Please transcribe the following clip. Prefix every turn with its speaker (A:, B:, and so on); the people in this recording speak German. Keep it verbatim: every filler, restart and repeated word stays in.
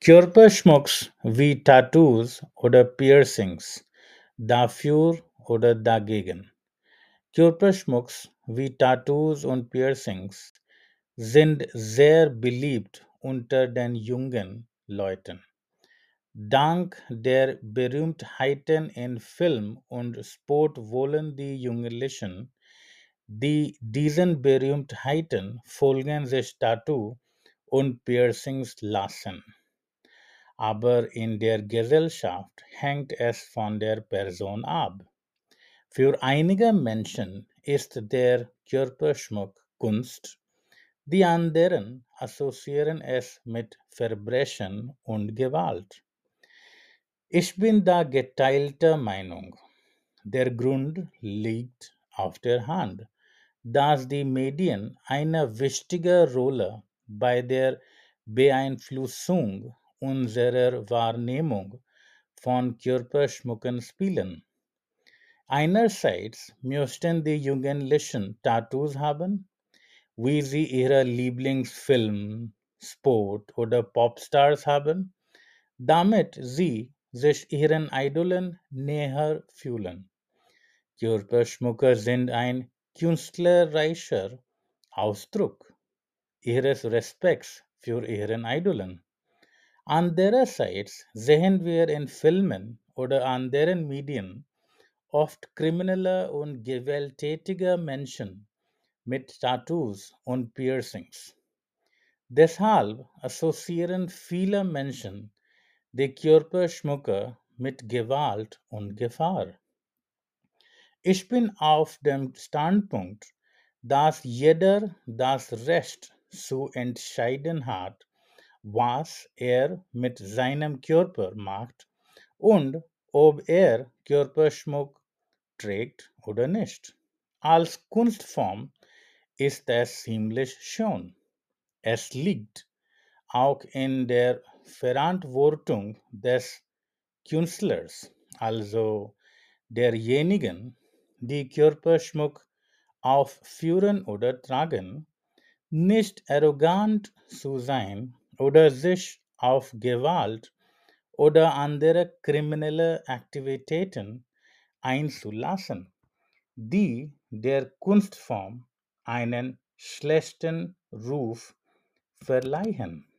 A: Körperschmucks wie Tattoos oder Piercings, dafür oder dagegen. Körperschmucks wie Tattoos und Piercings sind sehr beliebt unter den jungen Leuten. Dank der Berühmtheiten in Film und Sport wollen die Jugendlichen, die diesen Berühmtheiten folgen, sich Tattoo und Piercings lassen. Aber in der Gesellschaft hängt es von der Person ab. Für einige Menschen ist der Körperschmuck Kunst, die anderen assoziieren es mit Verbrechen und Gewalt. Ich bin da geteilter Meinung. Der Grund liegt auf der Hand, dass die Medien eine wichtige Rolle bei der Beeinflussung unserer Wahrnehmung von Körperschmucken spielen. Einerseits möchten die Jugendlichen Tattoos haben, wie sie ihre Lieblingsfilm, Sport oder Popstars haben, damit sie sich ihren Idolen näher fühlen. Körperschmucker sind ein künstlerischer Ausdruck ihres Respekts für ihren Idolen. Andererseits sehen wir in Filmen oder anderen Medien oft kriminelle und gewalttätige Menschen mit Tattoos und Piercings. Deshalb assoziieren viele Menschen die Körperschmucke mit Gewalt und Gefahr. Ich bin auf dem Standpunkt, dass jeder das Recht zu entscheiden hat, was er mit seinem Körper macht und ob er Körperschmuck trägt oder nicht. Als Kunstform ist es ziemlich schön. Es liegt auch in der Verantwortung des Künstlers, also derjenigen, die Körperschmuck aufführen oder tragen, nicht arrogant zu sein oder sich auf Gewalt oder andere kriminelle Aktivitäten einzulassen, die der Kunstform einen schlechten Ruf verleihen.